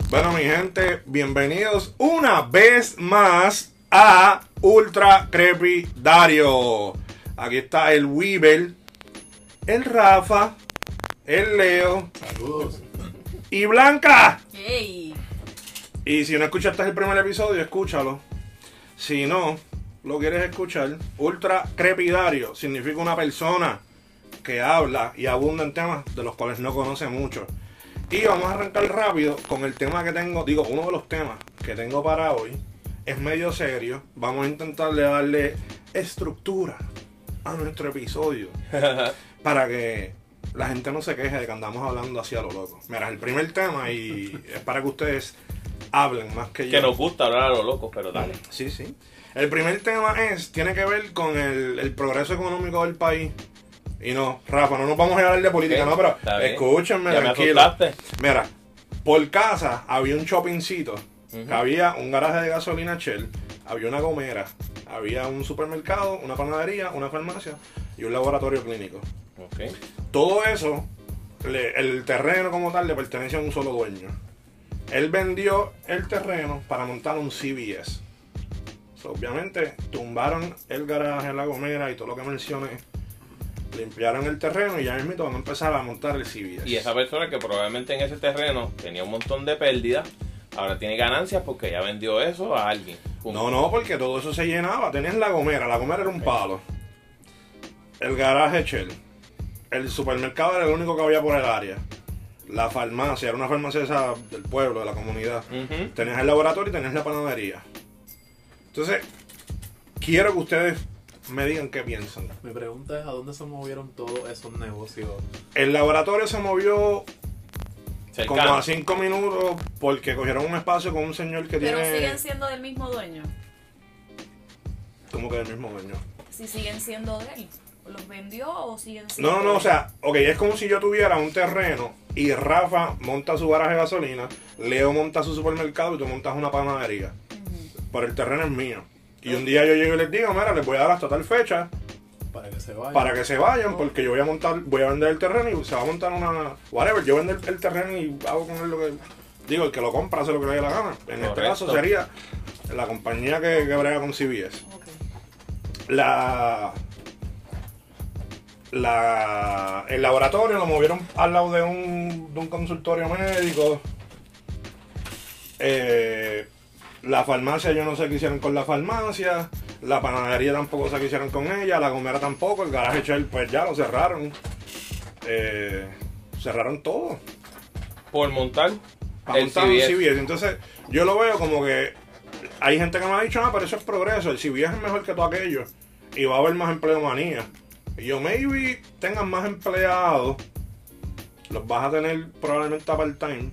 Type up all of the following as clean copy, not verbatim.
Bueno, mi gente, bienvenidos una vez más a Ultra Crepidario. Aquí está el Weaver, el Rafa, el Leo. Saludos. Y Blanca. Hey. Y si no escuchaste el primer episodio, escúchalo. Si no lo quieres escuchar, Ultra Crepidario significa una persona que habla y abunda en temas de los cuales no conoce mucho. Y vamos a arrancar rápido con el tema que tengo, uno de los temas que tengo para hoy. Es medio serio. Vamos a intentar darle estructura a nuestro episodio para que la gente no se queje de que andamos hablando así a lo loco. Mira, el primer tema, y es para que ustedes hablen más que yo. Que nos gusta hablar a lo loco, pero dale. Sí, sí. El primer tema tiene que ver con el progreso económico del país. Y no, Rafa, no nos vamos a hablar de política, no, pero escúchenme, tranquilo. Mira, por casa había un shoppingcito, que había un garaje de gasolina Shell, había una gomera, había un supermercado, una panadería, una farmacia y un laboratorio clínico. Okay. Todo eso, el terreno como tal, le pertenece a un solo dueño. Él vendió el terreno para montar un CVS. Obviamente, tumbaron el garaje, la gomera y todo lo que mencioné. Limpiaron el terreno y ya mismo van a empezar a montar el CVS. Y esa persona que probablemente en ese terreno tenía un montón de pérdidas, ahora tiene ganancias porque ya vendió eso a alguien. Punto. No, porque todo eso se llenaba. Tenías la gomera era un palo. El garaje Shell. El supermercado era el único que había por el área. La farmacia, era una farmacia esa del pueblo, de la comunidad. Tenías el laboratorio y tenías la panadería. Entonces, quiero que ustedes me digan qué piensan. Mi pregunta es, ¿a dónde se movieron todos esos negocios? El laboratorio se movió Cercano. como a 5 minutos porque cogieron un espacio con un señor que Pero tiene... siguen siendo del mismo dueño. ¿Cómo que del mismo dueño? Si siguen siendo de él. ¿Los vendió o siguen siendo No, o sea, ok, es como si yo tuviera un terreno y Rafa monta su garaje de gasolina, Leo monta su supermercado y tú montas una panadería. Pero el terreno es mío. Y un día yo llego y les digo, mira, les voy a dar hasta tal fecha Para que se vayan. para que se vayan, porque yo voy a vender el terreno y se va a montar una... Whatever, yo vendo el terreno y hago con él lo que... Digo, el que lo compra hace lo que le dé la gana. En este caso sería la compañía que brega con CVS. Okay. El laboratorio lo movieron al lado de un consultorio médico. La farmacia, yo no sé qué hicieron con la farmacia. La panadería tampoco sé qué hicieron con ella. La gomera tampoco. El garaje Shell, pues ya lo cerraron. Cerraron todo. Por montar Para el montar un CVS. CVS. Entonces, yo lo veo como que hay gente que me ha dicho, pero eso es progreso. El CVS es mejor que todo aquello. Y va a haber más empleomanía. Y yo, maybe tengan más empleados. Los vas a tener probablemente a part-time.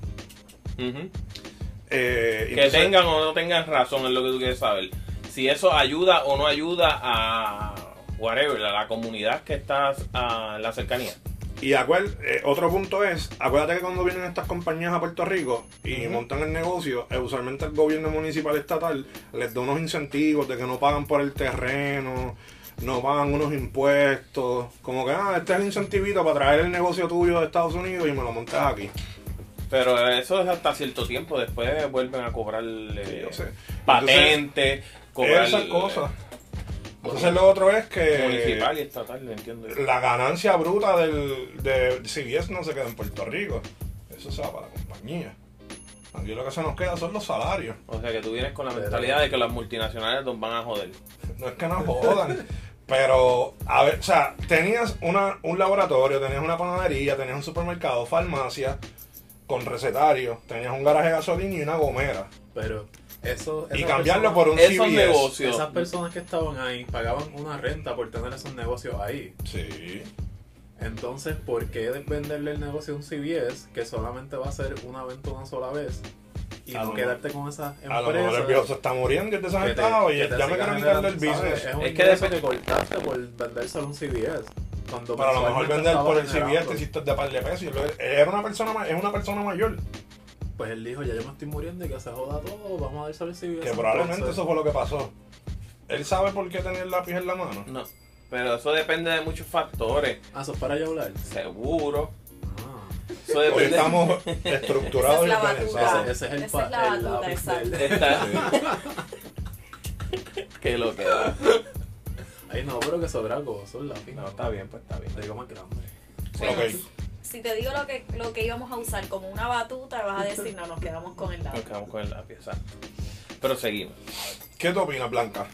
Que entonces, tengan o no tengan razón es lo que tú quieres saber. Si eso ayuda o no ayuda a whatever, a la comunidad que está en la cercanía. Y otro punto es, acuérdate que cuando vienen estas compañías a Puerto Rico y montan el negocio, usualmente el gobierno municipal estatal les da unos incentivos de que no pagan por el terreno, no pagan unos impuestos, como que este es el incentivito para traer el negocio tuyo de Estados Unidos y me lo montas aquí. Pero eso es hasta cierto tiempo, después vuelven a cobrar Yo sé. patente, cobrar Esas cosas. Entonces lo otro es que municipal y estatal, entiendo. la ganancia bruta de CVS no se queda en Puerto Rico. Eso se va para la compañía. Aquí lo que se nos queda son los salarios. O sea que tú vienes con la mentalidad de que las multinacionales nos van a joder. No es que nos jodan. Pero, a ver, o sea, tenías un laboratorio, tenías una panadería, tenías un supermercado, farmacia, con recetario, tenías un garaje de gasolina y una gomera. Pero eso... Y cambiarlo por un Esos CVS. negocios. Esas personas que estaban ahí pagaban una renta por tener esos negocios ahí. Sí. Entonces, ¿por qué venderle el negocio a un CVS que solamente va a ser una venta una sola vez? Y no quedarte con esas empresas. A lo mejor el viejo se está muriendo y te han estado y ya me quiero quitarle el business. Es un Es que ingreso que cortaste por vendérselo a un CVS. Cuando Pero a lo mejor mensualmente vender por el estaba CVS generando. te hiciste de par de pesos. Es una persona mayor. Pues él dijo, ya yo me estoy muriendo y que se joda todo, vamos a dárselo al CVS. Que probablemente eso fue lo que pasó. ¿Él sabe por qué tenía el lápiz en la mano? No, pero eso depende de muchos factores. Ah, eso es para yo hablar. Seguro. Eso Hoy depende. estamos estructurados y Esa es la organizados. Ese es el, Esa es la el batuta, lápiz exacto. del- Está. Que lo que da. Ay, no, pero que eso era gozo, el lápiz. No, está bien, pues está bien. Te digo más grande. Bueno, Ok. si te digo lo que íbamos a usar como una batuta, vas a decir, no, nos quedamos con el Nos lápiz. quedamos con el lápiz, exacto. Pero seguimos. ¿Qué tú opinas, Blanca?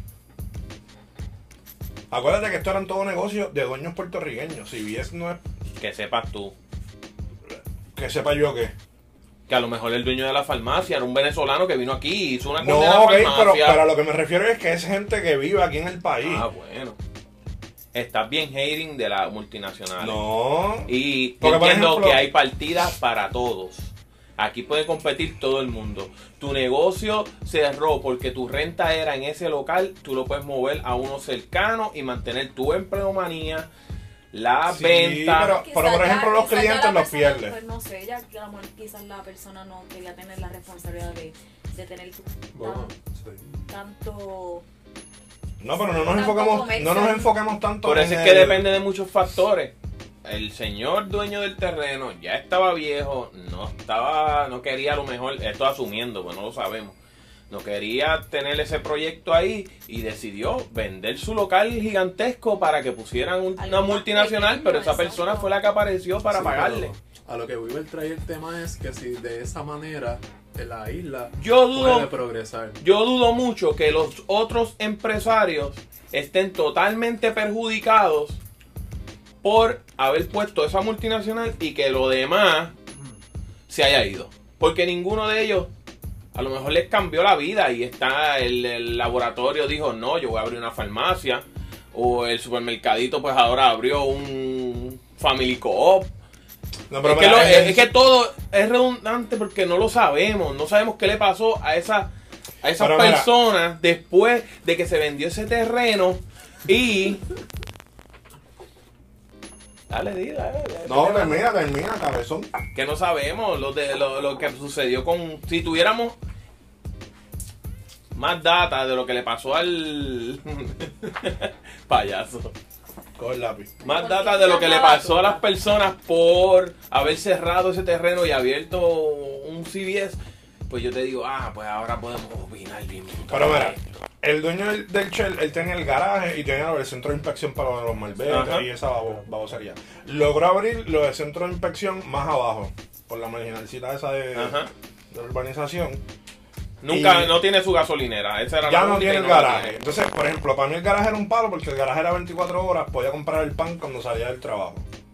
Acuérdate que esto eran todo negocios de dueños puertorriqueños. Si bien no es Que sepas tú. que sepa yo qué. Que a lo mejor el dueño de la farmacia era un venezolano que vino aquí y hizo una No, condena ok, pero farmacia. a lo que me refiero es que es gente que vive aquí en el país. Ah, bueno. Estás bien hating de la multinacional. No. Y yo Porque, por entiendo ejemplo- que hay partidas para todos. Aquí puede competir todo el mundo. Tu negocio cerró porque tu renta era en ese local, tú lo puedes mover a uno cercano y mantener tu empleomanía, la Sí, venta. pero por ejemplo, los quizás clientes la los persona, pierden. Pues no sé, ya que a lo mejor quizás la persona no quería tener la responsabilidad de tener Bueno, tanto... No, pero no nos Tanto enfocamos, comercio. no nos enfoquemos tanto Por en eso es el- que depende de muchos factores. El señor dueño del terreno ya estaba viejo, no quería a lo mejor, esto asumiendo, pues no lo sabemos. No quería tener ese proyecto ahí y decidió vender su local gigantesco para que pusieran una Algo más multinacional, pequeño, pero esa exacto. persona fue la que apareció para sí, pagarle. pero a lo que Weaver trae el tema es que si de esa manera en la isla Yo puede dudo, progresar. yo dudo mucho que los otros empresarios estén totalmente perjudicados por haber puesto esa multinacional y que lo demás se haya ido. Porque ninguno de ellos a lo mejor les cambió la vida y está el laboratorio dijo, no, yo voy a abrir una farmacia. O el supermercadito pues ahora abrió un Family Co-op. No, pero Es que, mira, es que todo es redundante porque no lo sabemos. No sabemos qué le pasó a esas Pero mira. personas después de que se vendió ese terreno y... Dale, dale. No, termina, cabezón. Que no sabemos lo que sucedió con... Si tuviéramos más data de lo que le pasó al payaso. Coge el lápiz. Más ¿Por data qué de lo que le tanta pasó a las batuta? personas por haber cerrado ese terreno y abierto un CVS, pues yo te digo, pues ahora podemos opinar bien. Pero mira, el dueño del Shell, él tenía el garaje y tenía el centro de inspección para los malbetes Ajá. y esa babosería. Logró abrir lo del centro de inspección más abajo, por la marginalcita esa de Ajá. la urbanización. Nunca, Y- no tiene su gasolinera. Esa era Ya la no única tiene y el no la garaje. tiene. Entonces, por ejemplo, para mí el garaje era un palo porque el garaje era 24 horas, podía comprar el pan cuando salía del trabajo.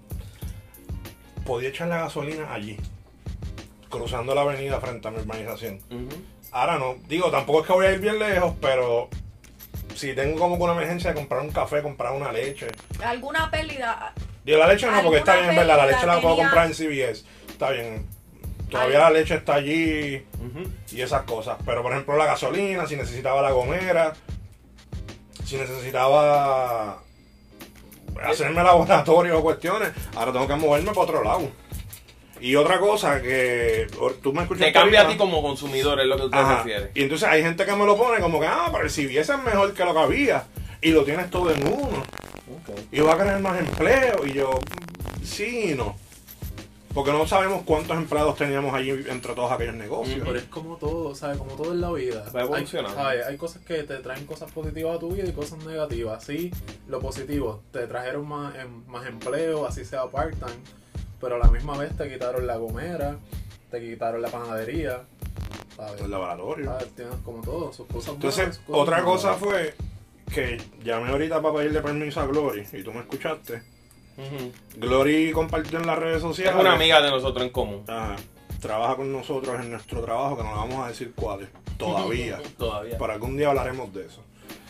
Podía echar la gasolina allí, cruzando la avenida frente a mi urbanización. Ujú. Ahora no, digo, tampoco es que voy a ir bien lejos, pero si tengo como que una emergencia de comprar un café, comprar una leche. ¿Alguna pérdida? Digo, la leche no, porque está bien, ¿Alguna ¿verdad? La pérdida leche la puedo tenía? comprar en CVS. Está bien. Todavía la leche está allí Ujú. y esas cosas. Pero, por ejemplo, la gasolina, si necesitaba la gomera, si necesitaba hacerme laboratorio o cuestiones, ahora tengo que moverme para otro lado. Y otra cosa que tú me escuchas. Te cambia a ti como consumidor, es lo que tú te Ajá. refieres. Y entonces hay gente que me lo pone como que, pero el CVS es mejor que lo que había. Y lo tienes todo en uno. Y va a crear más empleo. Y yo, sí y no. Porque no sabemos cuántos empleados teníamos allí entre todos aquellos negocios. Ujú. Pero es como todo, ¿sabes? Como todo en la vida. Va evolucionando. Hay cosas que te traen cosas positivas a tu vida y cosas negativas. Sí, lo positivo, te trajeron más empleo, así sea part-time, pero a la misma vez te quitaron la gomera, te quitaron la panadería, ¿sabes? El laboratorio. ¿Sabes? Tienes como todo, sus cosas buenas, Entonces, sus cosas otra malas. cosa fue que llamé ahorita para pedirle permiso a Glory. Y tú me escuchaste. Ujú. Glory compartió en las redes Es sociales. una amiga de nosotros en común. Ajá. Trabaja con nosotros en nuestro trabajo, que no le vamos a decir cuál es. Todavía. Todavía. Por algún día hablaremos de eso.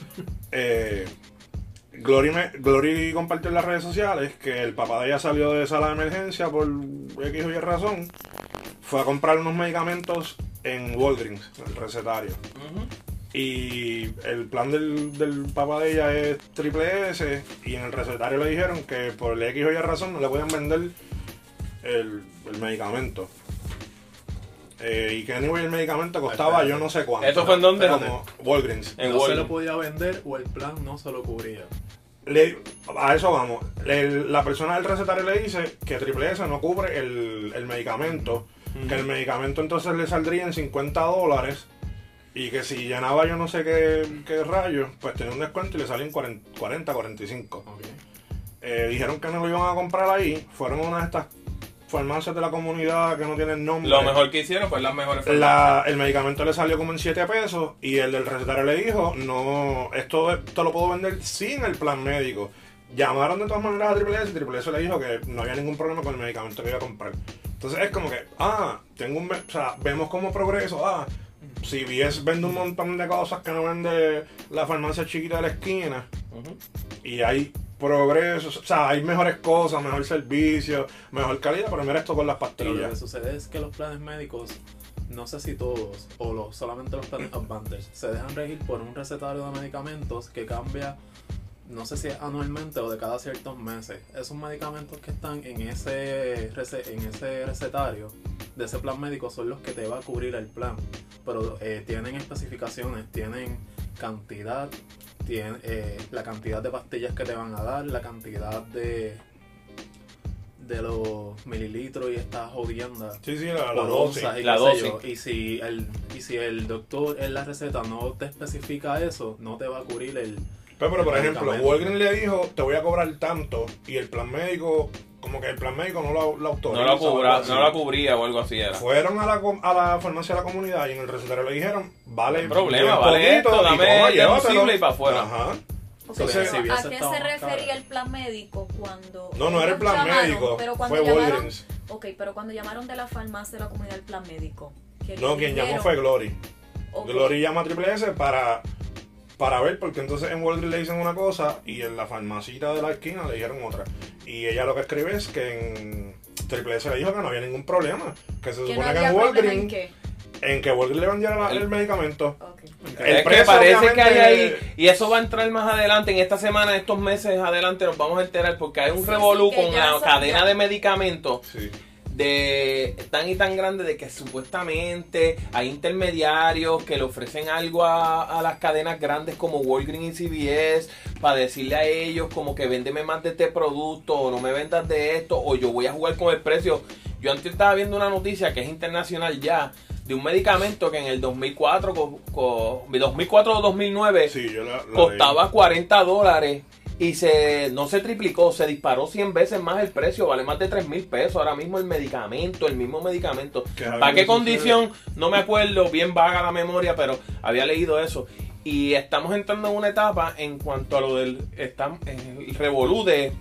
Glory compartió en las redes sociales que el papá de ella salió de sala de emergencia por X o Y razón. Fue a comprar unos medicamentos en Walgreens, el recetario. Ujú. Y el plan del papá de ella es triple S. Y en el recetario le dijeron que por X o Y razón no le podían vender el medicamento. Y que anyway, el medicamento costaba Espérate. yo no sé cuánto. ¿Eso fue en dónde? Como Walgreens. En No se Walgreens. lo podía vender o el plan no se lo cubría. A eso vamos. La persona del recetario le dice que Triple S no cubre el medicamento. Que el medicamento entonces le saldría en $50. Y que si llenaba yo no sé qué rayos, pues tenía un descuento y le salía en 40, 45. Okay. Dijeron que no lo iban a comprar ahí. Fueron una de estas farmacias de la comunidad que no tienen nombre. Lo mejor que hicieron fue las mejores farmacias. El medicamento le salió como en $7 y el del recetario le dijo, no, esto lo puedo vender sin el plan médico. Llamaron de todas maneras a Triple S y Triple S le dijo que no había ningún problema con el medicamento que iba a comprar. Entonces es como que, vemos como progreso, CVS vende un montón de cosas que no vende la farmacia chiquita de la esquina. Y hay progreso, o sea, hay mejores cosas, mejor servicio, mejor calidad, pero mira esto con las Pero lo que pastillas. sucede es que los planes médicos, no sé si todos, o solamente los planes Advantage, se dejan regir por un recetario de medicamentos que cambia, no sé si es anualmente o de cada ciertos meses. Esos medicamentos que están en ese recetario de ese plan médico son los que te va a cubrir el plan, pero tienen especificaciones, tienen cantidad, la cantidad de pastillas que te van a dar, la cantidad de los mililitros y estas jodiendas Sí, la por dosis. onzas y La qué sé dosis. yo. Y si el doctor en la receta no te especifica eso, no te va a cubrir el Pero por el ejemplo, medicamento. Walgreens le dijo, te voy a cobrar tanto, y el plan médico, como que el plan médico no lo autoriza. No la cubría o algo así era. Fueron a la farmacia de la comunidad y en el recetario le dijeron, vale, No hay problema, bien vale esto, poquito, y dame toma, el llévatelo. deducible y pa' afuera. Ajá. Ok, Entonces, pero si ¿a hubiese qué estado se más refería cara. el plan médico cuando No era el ellos plan llamaron? médico, Pero cuando fue llamaron, Walgreens. ok, pero cuando llamaron de la farmacia de la comunidad del plan médico, que No, quien llamó fue Glory. ok, Glory llama a Triple S para ver, porque entonces en Walgreens le dicen una cosa y en la farmacita de la esquina le dijeron otra. Y ella lo que escribe es que en Triple S le dijo que no había ningún problema. Que se que no supone que había en problema en Walgreens, qué. en que Walgreens le vendiera el medicamento. Ok. El Es que precio, parece obviamente, que hay ahí, y eso va a entrar más adelante, en esta semana, estos meses adelante nos vamos a enterar, porque hay un Sí, revolú sí, que con ya la son- cadena ya. de medicamentos Sí. tan y tan grande de que supuestamente hay intermediarios que le ofrecen algo a las cadenas grandes como Walgreens y CVS para decirle a ellos como que véndeme más de este producto o no me vendas de esto o yo voy a jugar con el precio. Yo antes estaba viendo una noticia que es internacional ya de un medicamento que en el 2004 2004 o 2009 Sí, yo la costaba $40 y no se triplicó, se disparó 100 veces más el precio, vale más de $3,000 ahora mismo el mismo medicamento. Que algo ¿Para qué sucede. condición? No me acuerdo, bien vaga la memoria, pero había leído eso. Y estamos entrando en una etapa en cuanto a lo del el revolú de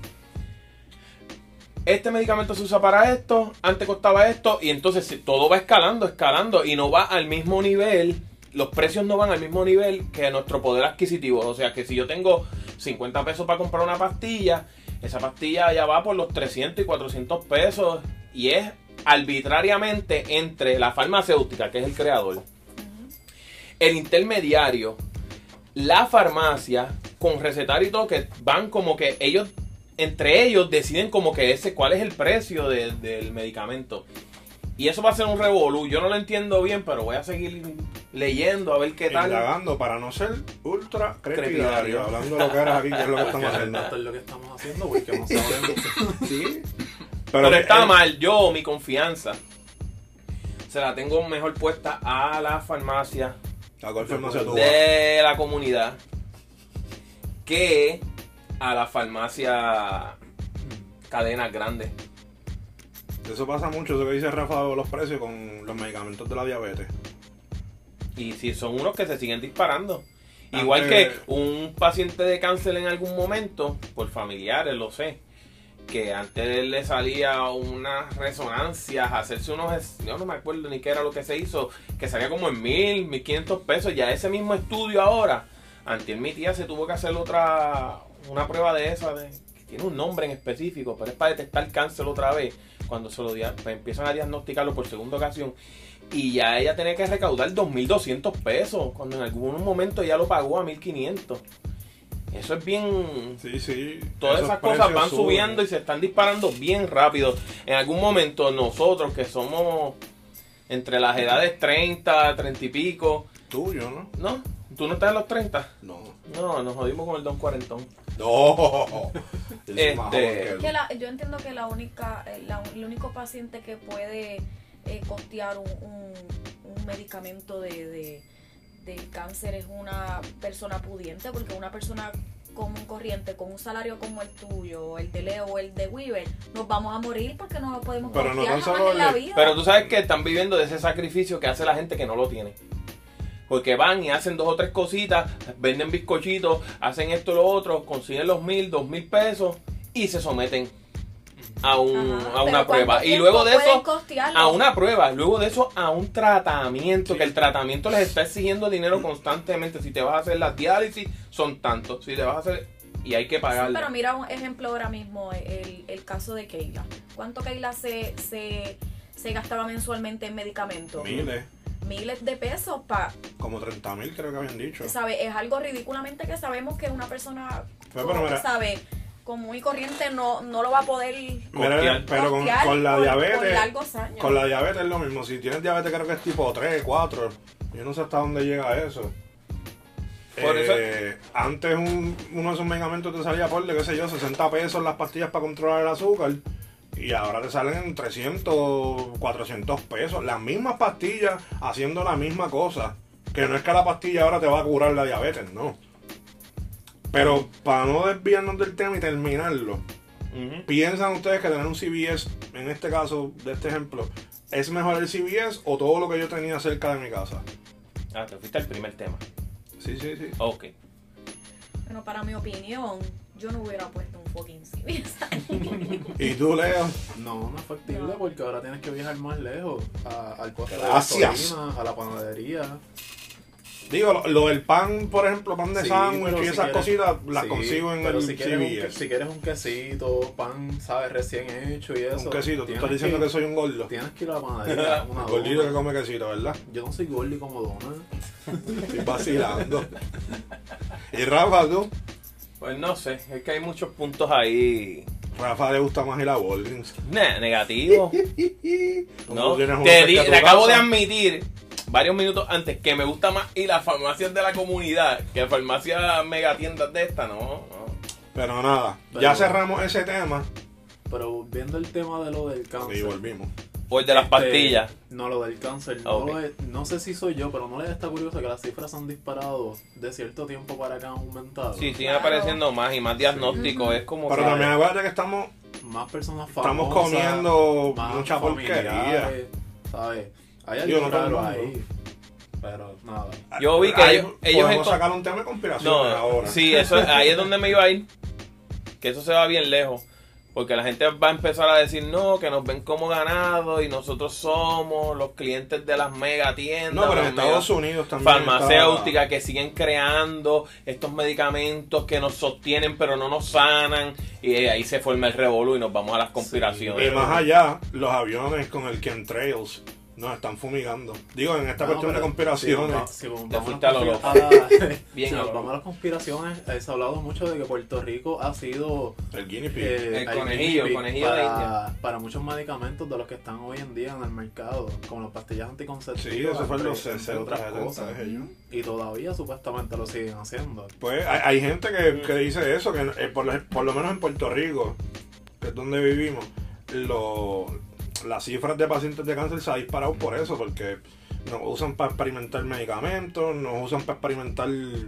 este medicamento se usa para esto, antes costaba esto, y entonces todo va escalando y no va al mismo nivel. Los precios no van al mismo nivel que nuestro poder adquisitivo. O sea que si yo tengo 50 pesos para comprar una pastilla, esa pastilla ya va por los 300 y 400 pesos. Y es arbitrariamente entre la farmacéutica, que es el creador, el intermediario, la farmacia, con recetario y todo, que van como que ellos, entre ellos deciden como que cuál es el precio del medicamento. Y eso va a ser un revolú. Yo no lo entiendo bien, pero voy a seguir leyendo a ver qué tal. Indagando para no ser ultra crepidario. Crepidario. Hablando de lo que eres aquí, que es lo que estamos haciendo. Esto es lo que estamos haciendo, güey, que no sabemos. Sí. Pero está mal. Yo, mi confianza, se la tengo mejor puesta a la farmacia ¿A cuál farmacia tú vas? de la comunidad que a la farmacia cadenas grandes. Eso pasa mucho, eso que dice Rafa de los precios con los medicamentos de la diabetes. Y si son unos que se siguen disparando. Antes- Igual que un paciente de cáncer en algún momento, por familiares, lo sé, que antes le salía unas resonancias, hacerse yo no me acuerdo ni qué era lo que se hizo, que salía como en 1,500 pesos. Ya ese mismo estudio ahora, antes mi tía se tuvo que hacer una prueba de esa, que tiene un nombre en específico, pero es para detectar cáncer otra vez, cuando pues empiezan a diagnosticarlo por segunda ocasión. Y ya ella tenía que recaudar 2,200 pesos, cuando en algún momento ya lo pagó a 1,500. Eso es bien... Sí. Todas Esos esas cosas precios van suben. subiendo y se están disparando bien rápido. En algún momento nosotros que somos entre las edades 30, 30 y pico, Tuyo, ¿no? ¿no? ¿Tú no estás en los 30? No. No, nos jodimos con el Don Cuarentón. No. Yo soy más joven que él. Yo entiendo que el único paciente que puede costear un medicamento del cáncer es una persona pudiente, porque una persona común corriente con un salario como el tuyo, el de Leo o el de Weaver, nos vamos a morir porque no lo podemos Pero no costear tan jamás solo en la vida. Pero tú sabes que están viviendo de ese sacrificio que hace la gente que no lo tiene. Porque van y hacen 2 o 3 cositas, venden bizcochitos, hacen esto y lo otro, consiguen los 1,000, 2,000 pesos y se someten a una prueba. Y luego de eso, a una prueba. Luego de eso, a un tratamiento. Sí. Que el tratamiento les está exigiendo dinero constantemente. Si te vas a hacer la diálisis, son tantos. Si te vas a hacer... Y hay que pagarle. Sí, pero mira un ejemplo ahora mismo, el caso de Keila. ¿Cuánto Keila se gastaba mensualmente en medicamentos? Miles de pesos para... Como 30,000 creo que habían dicho. ¿Sabe? Es algo ridículamente que sabemos que una persona, sabe, común y corriente no lo va a poder costear. Pero con la diabetes, por largos años. Con la diabetes es lo mismo. Si tienes diabetes creo que es tipo 3, 4. Yo no sé hasta dónde llega eso. Por eso... Antes uno de esos medicamentos te salía por, qué sé yo, 60 pesos las pastillas para controlar el azúcar. Y ahora te salen en 300, 400 pesos. Las mismas pastillas haciendo la misma cosa. Que no es que la pastilla ahora te va a curar la diabetes, no. Pero para no desviarnos del tema y terminarlo, ¿piensan ustedes que tener un CVS, en este caso, de este ejemplo, es mejor el CVS o todo lo que yo tenía cerca de mi casa? Ah, te fuiste al primer tema. Sí. Ok. Bueno, para mi opinión, yo no hubiera puesto un fucking CVS ahí. ¿Y tú, Leo? No es factible porque ahora tienes que viajar más lejos al puesto de Gracias. gasolina, a la panadería. Digo, lo del pan, por ejemplo, pan de Sí, sándwich pero y si esas quieres- cositas las Sí, consigo en pero el si quieres, CVS. si quieres un quesito, pan, ¿sabes? Recién hecho y eso. Un quesito, tú tienes estás diciendo que soy un gordo. Tienes que ir a la panadería. Una Gordito dona. que come quesito, ¿verdad? Yo no soy gordo como dona. Estoy vacilando. ¿Y Rafa, tú? Pues no sé, es que hay muchos puntos ahí. Rafa le gusta más ir a Walgreens. Negativo. No, Tú tienes uno te cerca de tu acabo de casa. admitir varios minutos antes que me gusta más ir a farmacias de la comunidad que a farmacias megatiendas de esta, no. Pero nada, Pero- ya cerramos ese tema Pero volviendo al tema de lo del cáncer. y volvimos. O el de las pastillas. No, lo del cáncer. Ok. No sé si soy yo, pero no les está curioso que las cifras han disparado de cierto tiempo para acá, han aumentado. Sí, siguen Claro. apareciendo más y más diagnósticos. Es como Pero que... también acuérdate que estamos Más personas Estamos famosas. comiendo más mucha porquería. familiares, ¿sabes? Hay Digo, algo no todo el raro mundo. ahí. Pero nada. Yo vi que Ahí ellos podemos sacar un tema de conspiración No, ahora. sí, ahí es donde me iba a ir. Que eso se va bien lejos. Porque la gente va a empezar a decir, no, que nos ven como ganado y nosotros somos los clientes de las mega tiendas. No, pero en las Estados mega Unidos también farmacéuticas que siguen creando estos medicamentos que nos sostienen pero no nos sanan. Y ahí se forma el revolú y nos vamos a las conspiraciones. Y más allá, los aviones con el chemtrails nos están fumigando. Digo, en esta cuestión de conspiraciones. Te fuiste a lo loco. Bien Si a nos lo vamos a las conspiraciones, se ha hablado mucho de que Puerto Rico ha sido El guinea pig. El conejillo de India. para muchos medicamentos de los que están hoy en día en el mercado, como las pastillas anticonceptivas. Sí, eso fue en los entre 60, otras 70, cosas. dije yo. Y todavía supuestamente lo siguen haciendo. Pues hay gente que dice eso, que por lo menos en Puerto Rico, que es donde vivimos, las cifras de pacientes de cáncer se han disparado por eso, porque nos usan para experimentar medicamentos, nos usan para experimentar...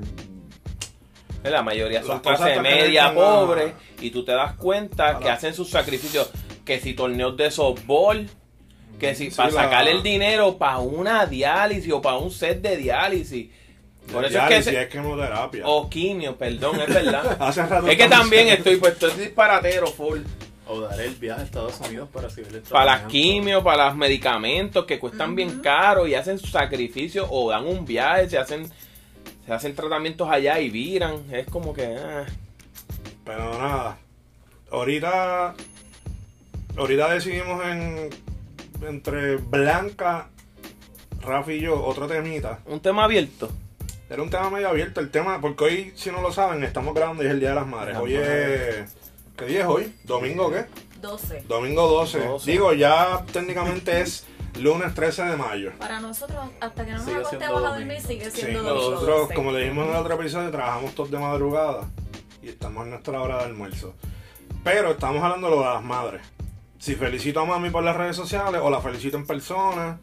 La mayoría son Las cosas clase que media, afectan pobre, y tú te das cuenta que la- hacen sus sacrificios, que si torneos de softball, que si Sí, para la- sacar el dinero para una diálisis o para un set de diálisis. Por eso diálisis, es que es quimioterapia. o quimio, perdón, es verdad. Hace rato Es que estamos- también estoy disparatero full. O dar el viaje a Estados Unidos para recibir el Para las tratamiento. quimios, para los medicamentos que cuestan bien caro y hacen sacrificios o dan un viaje, se hacen tratamientos allá y viran. Es como que... Pero nada, ahorita decidimos entre Blanca, Rafi y yo, otro temita. Un tema abierto. Era un tema medio abierto el tema, porque hoy, si no lo saben, estamos grabando y es el Día de las Madres. Hoy es... ¿Qué día es hoy? ¿Domingo qué? 12. Domingo 12. 12. Digo, ya técnicamente es lunes 13 de mayo. Para nosotros, hasta que no nos Sigue acostemos siendo a dormir, domingo. sigue Sí, siendo domingo. nosotros, Sí. como le dijimos en el otro episodio, trabajamos todos de madrugada y estamos en nuestra hora de almuerzo. Pero estamos hablando de lo de las madres. Si felicito a mami por las redes sociales o la felicito en persona.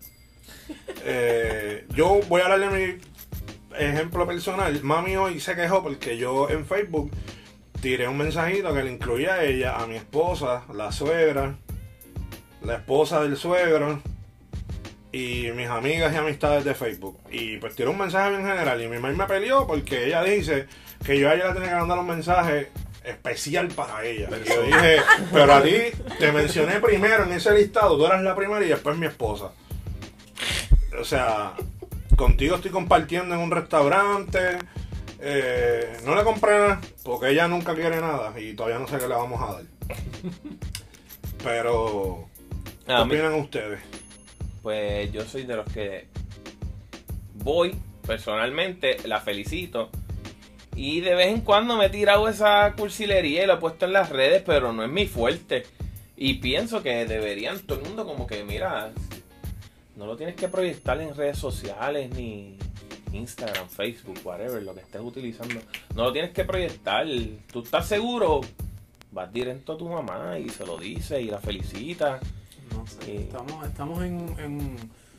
Yo voy a hablar de mi ejemplo personal. Mami hoy se quejó porque yo en Facebook tiré un mensajito que le incluía a ella, a mi esposa, la suegra, la esposa del suegro y mis amigas y amistades de Facebook. Y pues tiré un mensaje bien general y mi mamá me peleó porque ella dice que yo a ella le tenía que mandar un mensaje especial para ella. Y yo dije, pero a ti te mencioné primero en ese listado, tú eras la primera y después mi esposa. O sea, contigo estoy compartiendo en un restaurante. No le compré nada porque ella nunca quiere nada y todavía no sé qué le vamos a dar. Pero, ¿qué A mí, opinan ustedes? pues yo soy de los que voy, personalmente, la felicito. Y de vez en cuando me he tirado esa cursilería y la he puesto en las redes, pero no es mi fuerte. Y pienso que deberían todo el mundo como que, mira, no lo tienes que proyectar en redes sociales, ni Instagram, Facebook, whatever, lo que estés utilizando. No lo tienes que proyectar. ¿Tú estás seguro? Vas directo a tu mamá y se lo dices y la felicitas. No sé, Sí. estamos en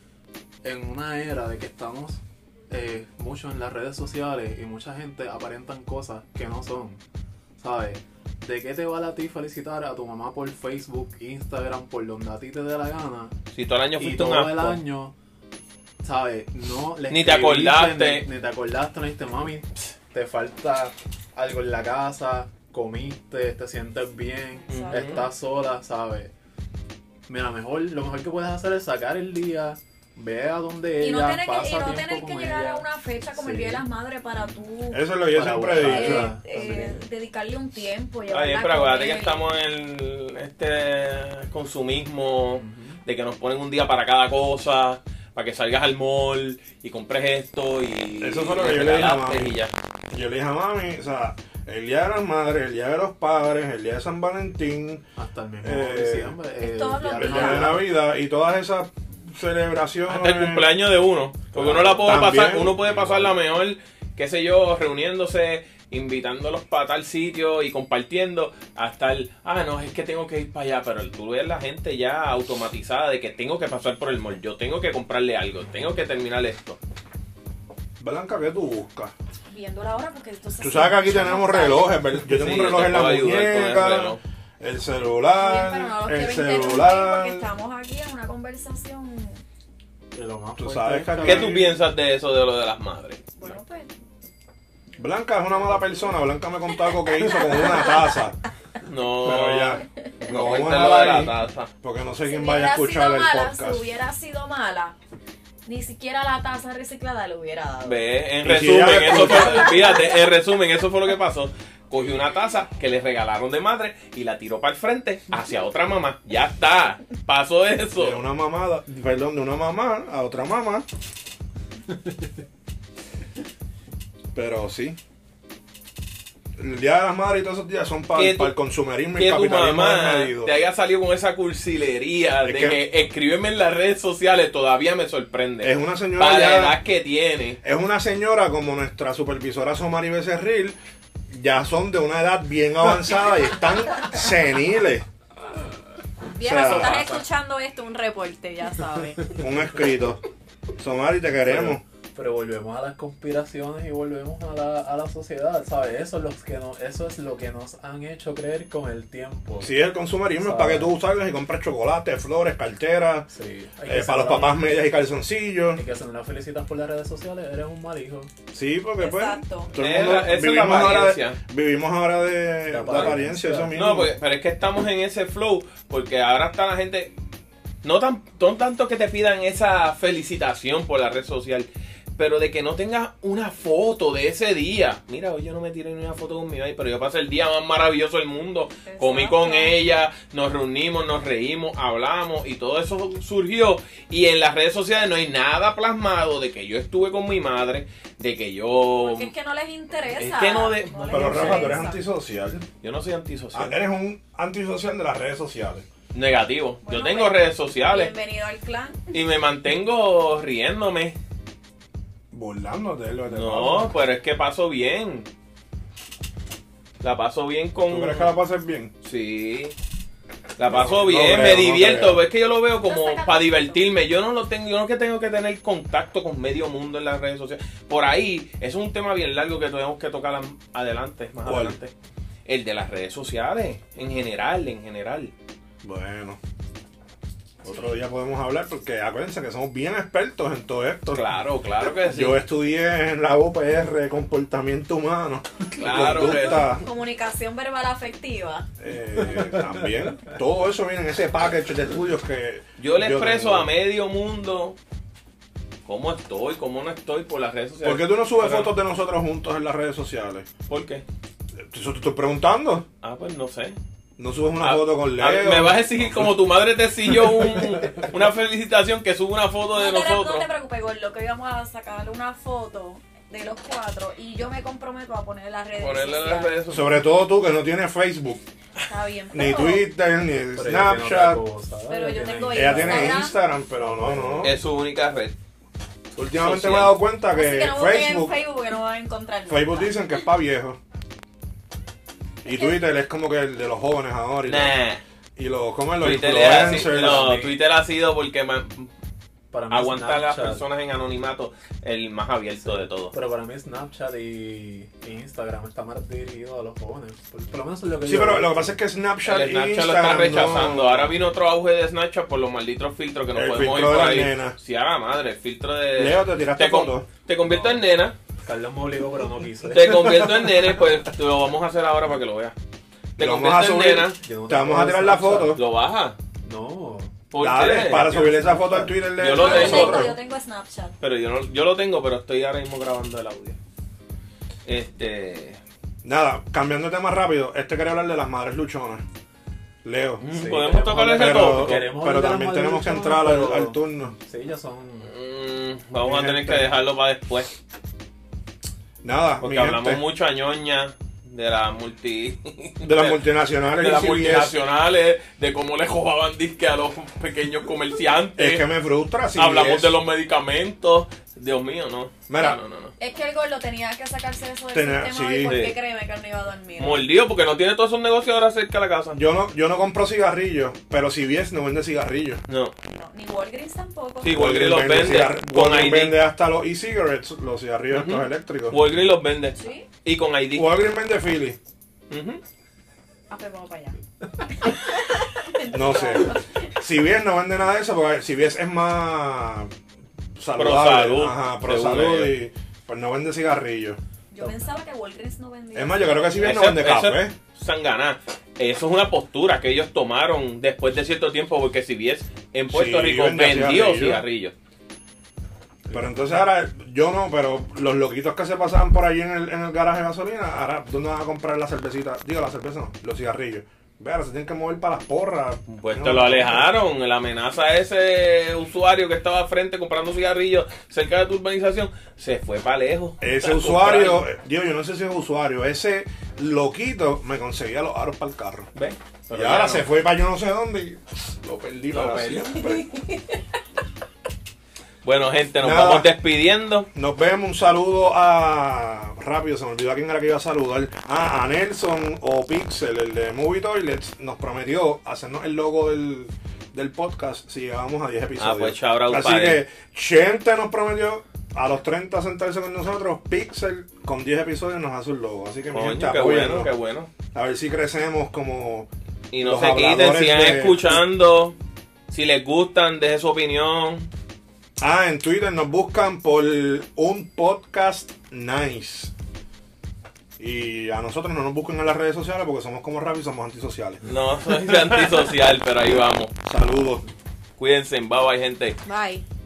una era de que estamos mucho en las redes sociales y mucha gente aparentan cosas que no son, ¿sabes? ¿De qué te vale a ti felicitar a tu mamá por Facebook, Instagram, por donde a ti te dé la gana? Si todo el año Y fuiste un todo el asco. año, ¿sabes? No le Ni te escribiste, acordaste. Ni te acordaste, no dijiste, mami, te falta algo en la casa, comiste, te sientes bien, Exacto. estás sola, ¿sabes? Mira, lo mejor que puedes hacer es sacar el día, ve a donde Y no ella, tener que, pasa y no tiempo tener que con llegar ella. a una fecha como el Día de Sí. las Madres para tú Eso es lo que yo Para siempre he buscar. dicho. dedicarle un tiempo. Está bien, llevarla pero a acuérdate que comer. estamos en este consumismo Ujú. de que nos ponen un día para cada cosa, para que salgas al mall y compres esto y Eso fue lo que y yo le dije a regalaste mami. y ya. Yo le dije a mami, o sea, el día de las madres, el día de los padres, el día de San Valentín, Hasta el mismo diciembre, diciembre. todos los el días. día de Navidad y todas esas celebraciones. Hasta el cumpleaños de uno. Porque uno la puede También. pasar, uno puede pasarla mejor, qué sé yo, reuniéndose, invitándolos para tal sitio y compartiendo, hasta el, no, es que tengo que ir para allá, pero tú ves la gente ya automatizada de que tengo que pasar por el mall, yo tengo que comprarle algo, tengo que terminar esto. Blanca, ¿qué tú buscas? Viendo la hora porque esto se Tú sabes que aquí hace tenemos mucho más relojes, ¿verdad? Yo tengo Sí, un yo reloj te en la puedo ayudar con el muñeca, reloj. el tarde. Bien, celular, pero no los el quiero interrumpir porque celular. estamos aquí en una conversación. Y lo más Tú fuerte sabes es que aquí- ¿Qué tú piensas de eso, de lo de las madres? Bueno, pues Blanca es una mala persona. Blanca me contó algo que hizo con una taza. No, Pero ya, no lo vamos a cuentes dejar lo de la ahí, taza. porque no sé si quién vaya a hubiera escuchar sido el mala, podcast. si hubiera sido mala, ni siquiera la taza reciclada le hubiera dado. Ve, en Y si resumen, ella eso escucha- fue, fíjate, en resumen, eso fue lo que pasó. Cogió una taza que le regalaron de madre y la tiró para el frente hacia otra mamá. Ya está, pasó eso. De una mamada, perdón, de una mamá a otra mamá. Pero sí. El Día de las Madres y todos esos días son para Que tu- el consumerismo y Que el tu capitalismo mamá desmedido. te haya salido con esa cursilería Es de que- que escríbeme en las redes sociales todavía me sorprende. Es una señora para la ya- edad que tiene. Es una señora como nuestra supervisora Somari Becerril. Ya son de una edad bien avanzada y están seniles. Bien, O sea, si estás escuchando esto, un reporte, ya sabes. Un escrito. Somari, te queremos. Pero volvemos a las conspiraciones y volvemos a la sociedad, ¿sabes? Eso es lo que nos han hecho creer con el tiempo. Si el consumerismo es para que tú salgas y compres chocolate, flores, carteras, Sí. para los papás medias y calzoncillos. Y que si no la felicitas por las redes sociales, eres un mal hijo. Sí, porque pues Exacto. todo el Esa mundo es la apariencia. vivimos ahora de La la apariencia, apariencia. eso mismo. No, pero es que estamos en ese flow, porque ahora está la gente, no tanto que te pidan esa felicitación por la red social, pero de que no tengas una foto de ese día. Mira, hoy yo no me tiré ni una foto con mi mamá, pero yo pasé el día más maravilloso del mundo. Exacto. Comí con ella, nos reunimos, nos reímos, hablamos y todo eso surgió. Y en las redes sociales no hay nada plasmado de que yo estuve con mi madre, de que yo... Porque es que no les interesa. Es que no de- les Pero Rafa, tú eres interesa. antisocial. Yo no soy antisocial. Eres un antisocial de las redes sociales. negativo. Bueno, Yo tengo pues, redes sociales Bienvenido al clan. y me mantengo riéndome. Burlándote de lo que te No, pasa. pero es que paso bien. La paso bien con... ¿Tú crees que la pases bien? Sí. La paso No, bien, no me creo, no divierto. creo. Es que yo lo veo como Estás sacando para divertirme. Yo no es que tengo que tener contacto con medio mundo en las redes sociales. Por ahí, eso es un tema bien largo que tenemos que tocar adelante, más ¿Cuál? adelante. El de las redes sociales, en general. Bueno. Otro día podemos hablar porque acuérdense que somos bien expertos en todo esto. Claro que sí. Yo estudié en la UPR Comportamiento Humano. Claro que Conducta, Comunicación verbal afectiva. también. Todo eso viene en ese package de estudios que Yo le expreso tengo. a medio mundo cómo estoy, cómo no estoy por las redes sociales. ¿Por qué tú no subes Pero- fotos de nosotros juntos en las redes sociales? ¿Por qué? Eso te estoy preguntando. Ah, pues no sé. No subes una Ah, foto con ah, Leo. me vas a exigir como tu madre te exigió una felicitación que sube una foto de No te nosotros. preocupes, Gordo, que hoy vamos a sacar una foto de los 4 y yo me comprometo a poner en las redes Ponerle en sociales. las redes sociales. Sobre todo tú que no tienes Facebook, Está bien, ni pero- Twitter, ni Pero ella tiene Snapchat. otra cosa, Pero ella yo tiene- tengo Ella tiene Instagram. Instagram, pero no. Es su única red. Últimamente social. me he dado cuenta Así que que no busquen en Facebook Facebook porque no van a encontrar Facebook nada. dicen que es para viejos. Y Twitter es como que el de los jóvenes ahora. Nah. Y los, ¿cómo es? Los Twitter es así. influencers. No, Twitter ha sido porque Para mí aguantar a las Snapchat- personas en anonimato el más abierto de todos. Pero para mí Snapchat y Instagram está más dirigido a los jóvenes. Por lo menos es lo que Sí, yo pero veo. lo que pasa es que Snapchat El y Snapchat lo Instagram está rechazando. no- Ahora vino otro auge de Snapchat por los malditos filtros que nos El podemos ir filtro de por las ahí. nenas. Sí, a la madre, el filtro de... Leo, ¿te tiraste con- foto? Te convierto en nena. Carlos me obligó, pero no quise. Te convierto en nene, pues lo vamos a hacer ahora para que lo veas. Te Lo vamos a convierto en subir. nena, Yo no Te vamos a tengo tirar la Snapchat. foto. lo baja. No. ¿Por Dale, qué? para subir esa foto al Twitter de Yo lo Yo tengo. nosotros. yo tengo Snapchat. Pero yo lo tengo, pero estoy ahora mismo grabando el audio. Nada, cambiando de tema rápido, quería hablar de las madres luchonas. Leo. Sí, ¿Podemos tocar ese Pero, tópico? Queremos pero hablar de también las tenemos que madres entrar al, luchonas, al turno. Sí, ellas son... Vamos a tener que dejarlo para después. Nada, Porque mi hablamos gente, mucho a ñoña de las de las multinacionales de y las CBS. multinacionales, de cómo le robaban disque a los pequeños comerciantes. Es que me frustra. Hablamos de los medicamentos. Dios mío, no. Mira. No. Es que el Gordo tenía que sacarse eso del Tenía- sistema sí. hoy porque Sí. créeme que él no iba a dormir. Mordido porque no tiene todos esos negocios ahora cerca de la casa. Yo no compro cigarrillos, pero CBS no vende cigarrillos. No. No, ni Walgreens tampoco. Sí, Walgreens los vende con Walgreens ID. vende hasta los e-cigarettes, los cigarrillos estos eléctricos. Walgreens los vende. ¿Sí? Y con ID. Walgreens vende Philly. Ujú. Ah, pues vamos para allá. No sé. CBS no vende nada de eso porque CBS es más saludable. Pro salud, Ajá, pro según salud ellos. y pues no vende cigarrillos. Yo pensaba que Walgreens no vendía. Es más, yo creo que CBS no Eso- vende eso café. es sanganá. Eso es una postura que ellos tomaron después de cierto tiempo porque si bien en Puerto Sí, Rico vende vendió cigarrillos. cigarrillos. Pero entonces ahora, yo no, pero los loquitos que se pasaban por ahí en el garaje de gasolina, ahora, ¿dónde van a comprar la cervecita? Digo, la cerveza no, los cigarrillos. Ve, ahora se tienen que mover para las porras. Pues No, te lo alejaron. La amenaza a ese usuario que estaba al frente comprando cigarrillos cerca de tu urbanización se fue para lejos. Ese A usuario, comprar. digo, yo no sé si es usuario, ese loquito me conseguía los aros para el carro. ¿Ves? Y Pero ahora ya se no. fue para yo no sé dónde y lo perdí Lo para perdí. siempre. Bueno, gente, nos Nada. vamos despidiendo. Nos vemos, un saludo a... Rápido, se me olvidó a quién era que iba a saludar. A Nelson o Pixel, el de Movie Toilets, nos prometió hacernos el logo del podcast si llegábamos a 10 episodios. pues, shout out Así para que él. Chente nos prometió a los 30 sentarse con nosotros. Pixel con 10 episodios nos hace un logo. Así que mi gente, Coño, qué apóyennos. bueno, qué bueno. A ver si crecemos como... Y no Los se quiten, habladores sigan de- escuchando. Si les gustan, dejen su opinión. En Twitter nos buscan por un podcast nice. Y a nosotros no nos buscan en las redes sociales porque somos como Rafi y somos antisociales. No soy antisocial, pero ahí vamos. Saludos. Cuídense, bye bye, gente. Bye.